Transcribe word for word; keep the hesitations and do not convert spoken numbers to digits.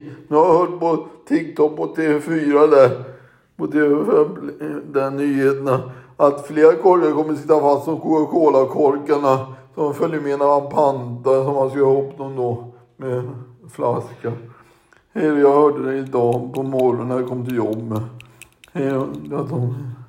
Jag har hört på TikTok på T V fyra där, på T V fem, den nyheterna, att flera korkar kommer sitta fast som Coca-Cola-korkarna som följer med när man pantar, som man ska ha ihop dem då med flaska. Jag hörde det idag på morgonen när jag kom till jobbet.